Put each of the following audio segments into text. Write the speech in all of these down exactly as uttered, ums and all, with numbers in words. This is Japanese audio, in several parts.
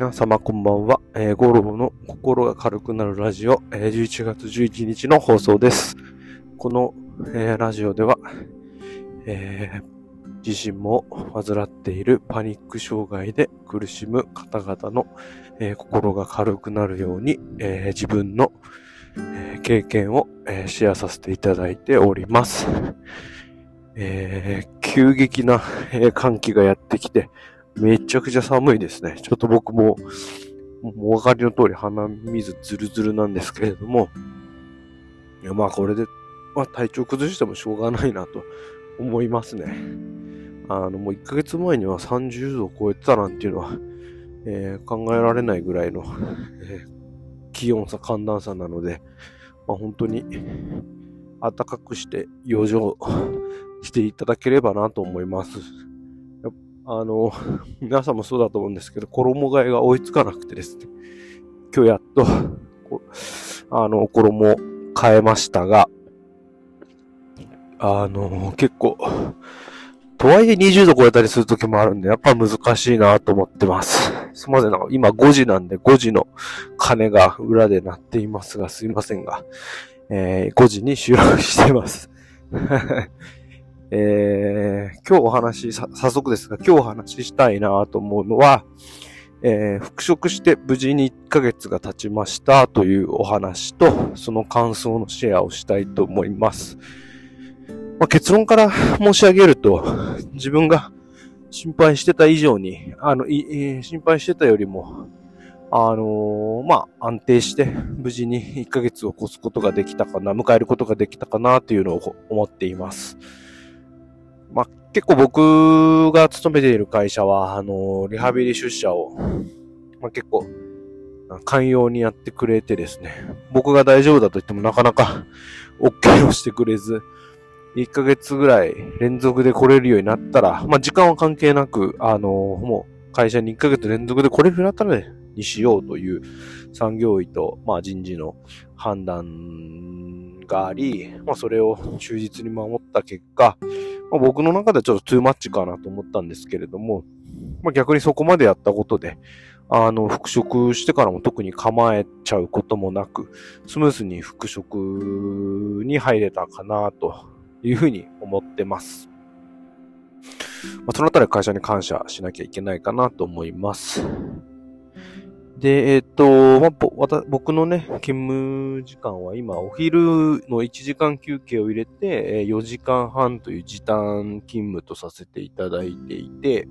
皆様こんばんは。えー、ゴロの心が軽くなるラジオ、えー、じゅういちがつじゅういちにちの放送です。この、えー、ラジオでは、えー、自身も患っているパニック障害で苦しむ方々の、えー、心が軽くなるように、えー、自分の、えー、経験を、えー、シェアさせていただいております。えー、急激な、えー、寒気がやってきて、めちゃくちゃ寒いですね。ちょっと僕も、もうお分かりの通り鼻水ズルズルなんですけれども、いやまあこれで、まあ体調崩してもしょうがないなと思いますね。あのもういっかげつまえにはさんじゅうどを超えてたなんていうのは、えー、考えられないぐらいの、えー、気温差、寒暖差なので、まあ、本当に暖かくして養生していただければなと思います。あの、皆さんもそうだと思うんですけど、衣替えが追いつかなくてですね、今日やっと、あの、衣を変えましたが、あの、結構、とはいえにじゅうど超えたりする時もあるんで、やっぱ難しいなと思ってます。すいません、なんか今ごじなんでごじの鐘が裏で鳴っていますが、すいませんが、えー、ごじに収録しています。えー、今日お話し、早速ですが、今日お話ししたいなと思うのは、えー、復職して無事にいっかげつが経ちましたというお話と、その感想のシェアをしたいと思います。まあ、結論から申し上げると、自分が心配してた以上に、あの、い心配してたよりも、あのー、まあ、安定して無事にいっかげつを越すことができたかな、迎えることができたかなというのを思っています。まあ、結構僕が勤めている会社は、あの、リハビリ出社を、まあ、結構、寛容にやってくれてですね、僕が大丈夫だと言ってもなかなか OK をしてくれず、いっかげつぐらい連続で来れるようになったら、まあ、時間は関係なく、あの、もう会社にいっかげつ連続で来れるようになったらね、にしようという産業医と、まあ、人事の判断があり、まあ、それを忠実に守った結果、まあ、僕の中ではちょっとトゥーマッチかなと思ったんですけれども、まあ、逆にそこまでやったことで、あの、復職してからも特に構えちゃうこともなく、スムースに復職に入れたかなというふうに思ってます。まあ、そのあたり会社に感謝しなきゃいけないかなと思います。で、えっと、まあ、僕のね、勤務時間は今、お昼のいちじかん休憩を入れて、よじかんはんという時短勤務とさせていただいていて、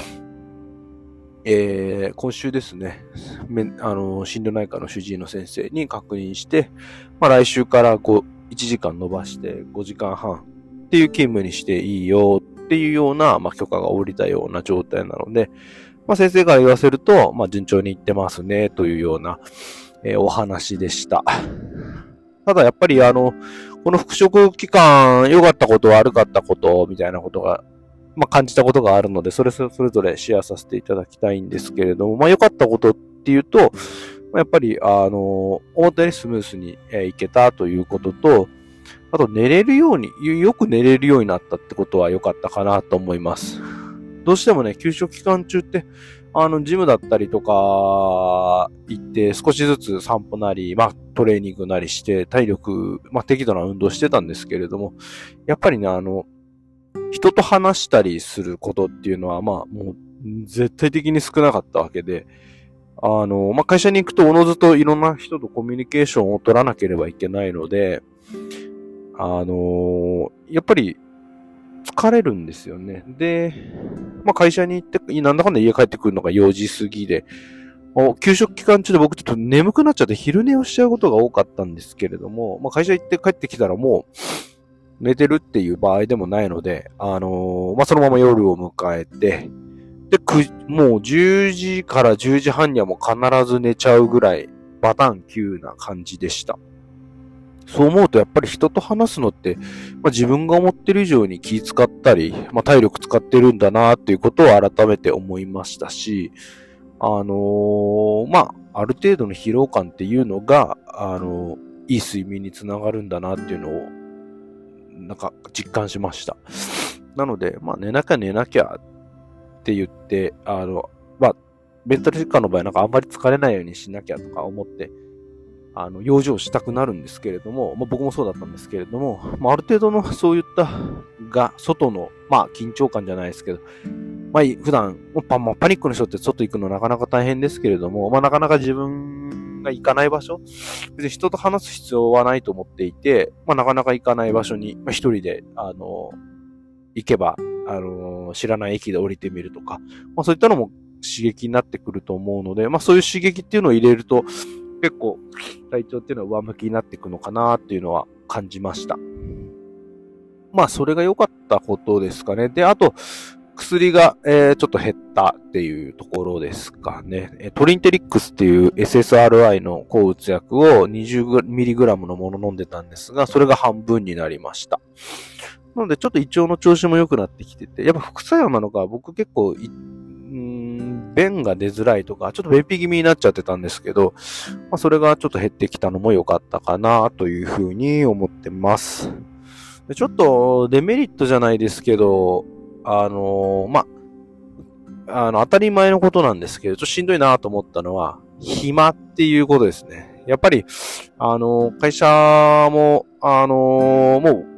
えー、今週ですね、あの、心療内科の主治医の先生に確認して、まあ、来週からこういちじかん伸ばしてごじかんはんっていう勤務にしていいよっていうような、まあ、許可が下りたような状態なので、まあ、先生から言わせると、まあ、順調にいってますね、というような、えー、お話でした。ただやっぱりあの、この復職期間、良かったこと、悪かったこと、みたいなことが、まあ、感じたことがあるので、それそれぞれシェアさせていただきたいんですけれども、まあ、良かったことっていうと、やっぱり、あの、思ったよりスムースに、えー、いけたということと、あと寝れるように、よく寝れるようになったってことは良かったかなと思います。どうしてもね、休職期間中って、あの、ジムだったりとか、行って少しずつ散歩なり、まあ、トレーニングなりして、体力、まあ、適度な運動してたんですけれども、やっぱりね、あの、人と話したりすることっていうのは、まあ、もう、絶対的に少なかったわけで、あの、まあ、会社に行くとおのずといろんな人とコミュニケーションを取らなければいけないので、あの、やっぱり、疲れるんですよね。で、まあ、会社に行って、なんだかんだ家帰ってくるのがよじ過ぎで、休職期間中で僕ちょっと眠くなっちゃって昼寝をしちゃうことが多かったんですけれども、まあ、会社行って帰ってきたらもう寝てるっていう場合でもないので、あのー、まあ、そのまま夜を迎えて、で、もうじゅうじからじゅうじはんにはもう必ず寝ちゃうぐらいバタン急な感じでした。そう思うとやっぱり人と話すのって、まあ、自分が思ってる以上に気使ったり、まあ、体力使ってるんだなっていうことを改めて思いましたし、あのー、まあ、ある程度の疲労感っていうのが、あのー、いい睡眠につながるんだなっていうのを、なんか実感しました。なので、まあ、寝なきゃ寝なきゃって言って、あの、まあ、 メンタル疾患の場合なんかあんまり疲れないようにしなきゃとか思って、あの、養生したくなるんですけれども、まあ、僕もそうだったんですけれども、まあ、ある程度のそういったが、外の、まあ、緊張感じゃないですけど、まあ、普段、パまあ、パニックの人って外行くのなかなか大変ですけれども、まあ、なかなか自分が行かない場所、別に人と話す必要はないと思っていて、まあ、なかなか行かない場所に、まあ、一人で、あの、行けば、あの、知らない駅で降りてみるとか、まあ、そういったのも刺激になってくると思うので、まあ、そういう刺激っていうのを入れると、結構体調っていうのは上向きになっていくのかなっていうのは感じました。まあそれが良かったことですかね。で、あと薬が、えー、ちょっと減ったっていうところですかね。トリンテリックスっていう エスエスアールアイ の抗うつ薬を にじゅうミリグラム のもの飲んでたんですが、それが半分になりました。なのでちょっと胃腸の調子も良くなってきてて、やっぱ副作用なのか僕結構便が出づらいとか、ちょっと便秘気味になっちゃってたんですけど、まあ、それがちょっと減ってきたのも良かったかなというふうに思ってます。でちょっとデメリットじゃないですけど、あのー、まあ、あの、当たり前のことなんですけど、ちょっとしんどいなと思ったのは、暇っていうことですね。やっぱり、あのー、会社も、あのー、もう、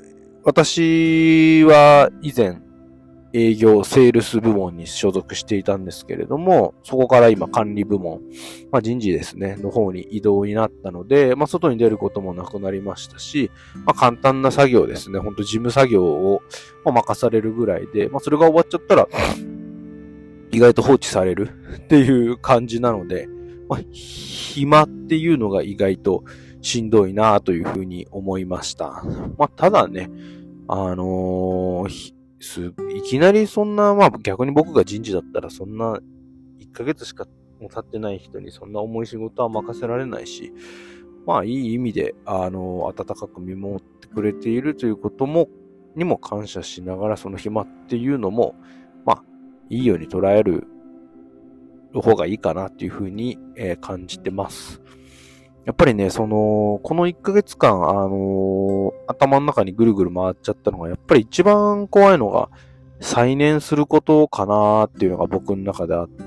私は以前、営業、セールス部門に所属していたんですけれども、そこから今管理部門、まあ人事ですね、の方に移動になったので、まあ外に出ることもなくなりましたし、まあ簡単な作業ですね、ほんと事務作業を任されるぐらいで、まあそれが終わっちゃったら、意外と放置されるっていう感じなので、まあ暇っていうのが意外としんどいなというふうに思いました。まあただね、あのー、いきなりそんな、まあ逆に僕が人事だったらそんないっかげつしか経ってない人にそんな重い仕事は任せられないし、まあいい意味で、あの、温かく見守ってくれているということも、にも感謝しながらその暇っていうのも、まあいいように捉える方がいいかなっていうふうに、えー、感じてます。やっぱりね、その、このいっかげつかん、あのー、頭の中にぐるぐる回っちゃったのが、やっぱり一番怖いのが、再燃することかなっていうのが僕の中であって、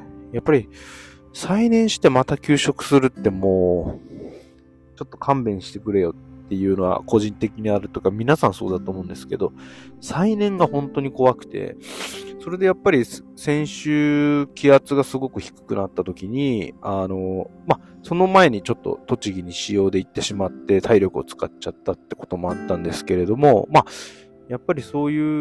やっぱり、再燃してまた休職するってもう、ちょっと勘弁してくれよっていうのは個人的にあるとか、皆さんそうだと思うんですけど、再燃が本当に怖くて、それでやっぱり先週気圧がすごく低くなった時に、あの、ま、その前にちょっと栃木に使用で行ってしまって体力を使っちゃったってこともあったんですけれども、ま、やっぱりそういう、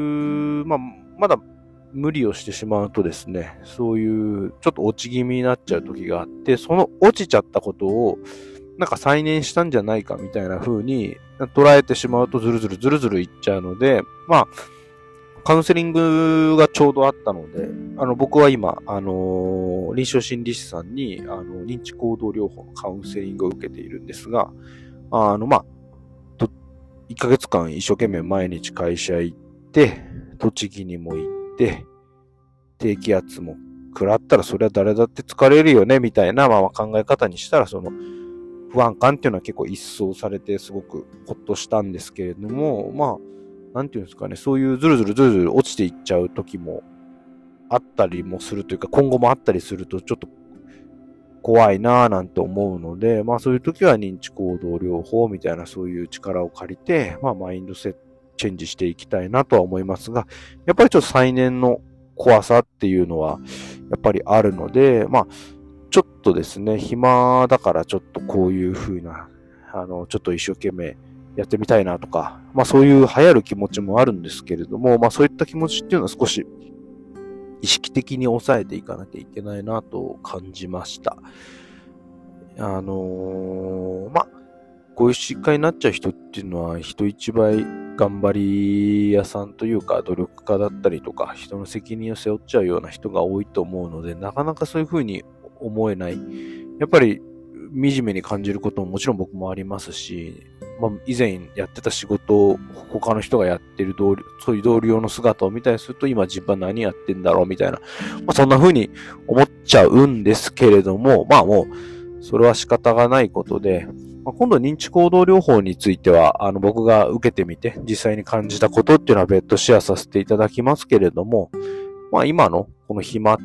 ま、まだ無理をしてしまうとですね、そういうちょっと落ち気味になっちゃう時があって、その落ちちゃったことをなんか再燃したんじゃないかみたいな風に捉えてしまうとズルズルズルズルいっちゃうので、まあ、カウンセリングがちょうどあったので、あの、僕は今、あのー、臨床心理士さんに、あの、認知行動療法のカウンセリングを受けているんですが、あの、まあ、と、いっかげつかん一生懸命毎日会社行って、栃木にも行って、低気圧も食らったらそれは誰だって疲れるよね、みたいな、まあ、考え方にしたら、その、不安感っていうのは結構一掃されて、すごくほっとしたんですけれども、まあ、なんていうんですかね、そういうずるずるずるずる落ちていっちゃう時もあったりもするというか、今後もあったりするとちょっと怖いなぁなんて思うので、まあそういう時は認知行動療法みたいなそういう力を借りて、まあマインドセットチェンジしていきたいなとは思いますが、やっぱりちょっと再燃の怖さっていうのはやっぱりあるので、まあちょっとですね、暇だからちょっとこういう風な、あの、ちょっと一生懸命やってみたいなとか、まあそういう流行る気持ちもあるんですけれども、まあそういった気持ちっていうのは少し意識的に抑えていかなきゃいけないなと感じました。あのー、まあ、こういう疾患になっちゃう人っていうのは人一倍頑張り屋さんというか努力家だったりとか、人の責任を背負っちゃうような人が多いと思うので、なかなかそういうふうに思えない。やっぱり惨めに感じることももちろん僕もありますし、まあ、以前やってた仕事を他の人がやってる同僚、そういう同僚の姿を見たりすると、今自分は何やってんだろうみたいな、まあ、そんな風に思っちゃうんですけれども、まあもう、それは仕方がないことで、まあ、今度認知行動療法については、あの僕が受けてみて、実際に感じたことっていうのは別途シェアさせていただきますけれども、まあ今のこの暇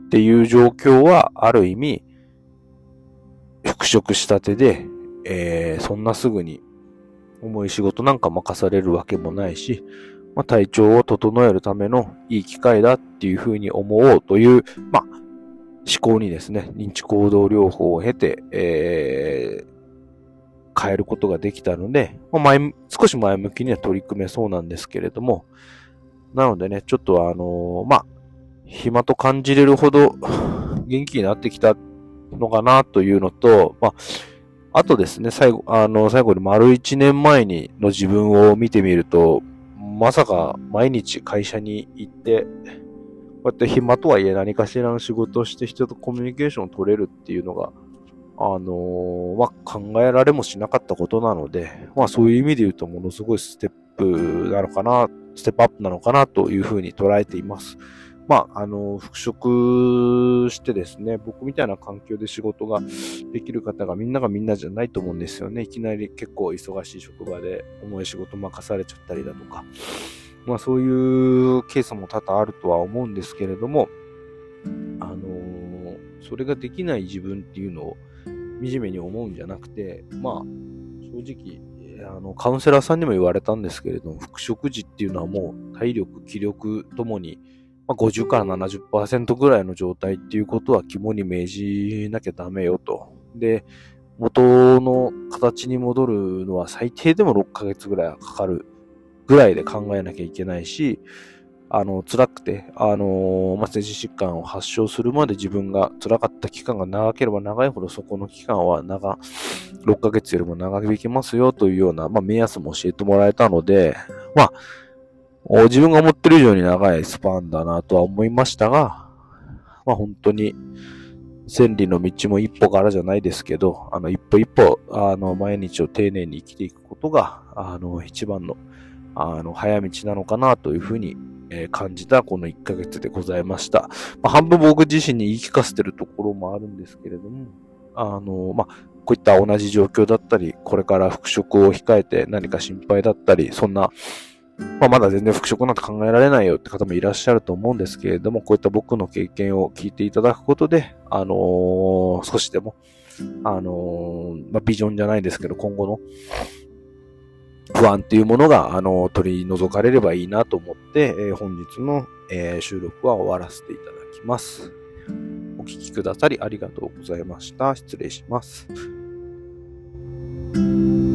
っていう状況は、ある意味、復職したてで、えー、そんなすぐに重い仕事なんか任されるわけもないし、まあ、体調を整えるためのいい機会だっていうふうに思おうという、まあ、思考にですね、認知行動療法を経て、えー、変えることができたので、まあ、前、少し前向きには取り組めそうなんですけれども、なのでね、ちょっとあのー、まあ、暇と感じれるほど元気になってきたのかなというのと、まあ、あとですね、最後、あの、最後に丸一年前にの自分を見てみると、まさか毎日会社に行って、こうやって暇とはいえ何かしらの仕事をして人とコミュニケーションを取れるっていうのが、あのー、まあ、考えられもしなかったことなので、まあそういう意味で言うとものすごいステップなのかな、ステップアップなのかなというふうに捉えています。まあ、あの、復職してですね、僕みたいな環境で仕事ができる方がみんながみんなじゃないと思うんですよね。いきなり結構忙しい職場で重い仕事任されちゃったりだとか。まあそういうケースも多々あるとは思うんですけれども、あのー、それができない自分っていうのを惨めに思うんじゃなくて、まあ正直、あの、カウンセラーさんにも言われたんですけれども、復職時っていうのはもう体力、気力ともにまあ、ごじゅうからななじゅっパーセント ぐらいの状態っていうことは肝に銘じなきゃダメよと。で、元の形に戻るのは最低でもろっかげつぐらいはかかるぐらいで考えなきゃいけないし、あの、辛くて、あの、まあ、精神疾患を発症するまで自分が辛かった期間が長ければ長いほどそこの期間は長、ろっかげつよりも長引きますよというような、まあ、目安も教えてもらえたので、まあ、自分が思ってる以上に長いスパンだなとは思いましたが、まあ本当に千里の道も一歩からじゃないですけど、あの一歩一歩、あの毎日を丁寧に生きていくことが、あの一番の、あの早道なのかなというふうに感じたこのいっかげつでございました。まあ、半分僕自身に言い聞かせてるところもあるんですけれども、あの、まあ、こういった同じ状況だったり、これから復職を控えて何か心配だったり、そんなまあ、まだ全然復職なんて考えられないよって方もいらっしゃると思うんですけれども、こういった僕の経験を聞いていただくことで、あのー、少しでも、あのー、まあ、ビジョンじゃないですけど、今後の不安っていうものが、あのー、取り除かれればいいなと思って、えー、本日の、えー、収録は終わらせていただきます。お聞きくださりありがとうございました。失礼します。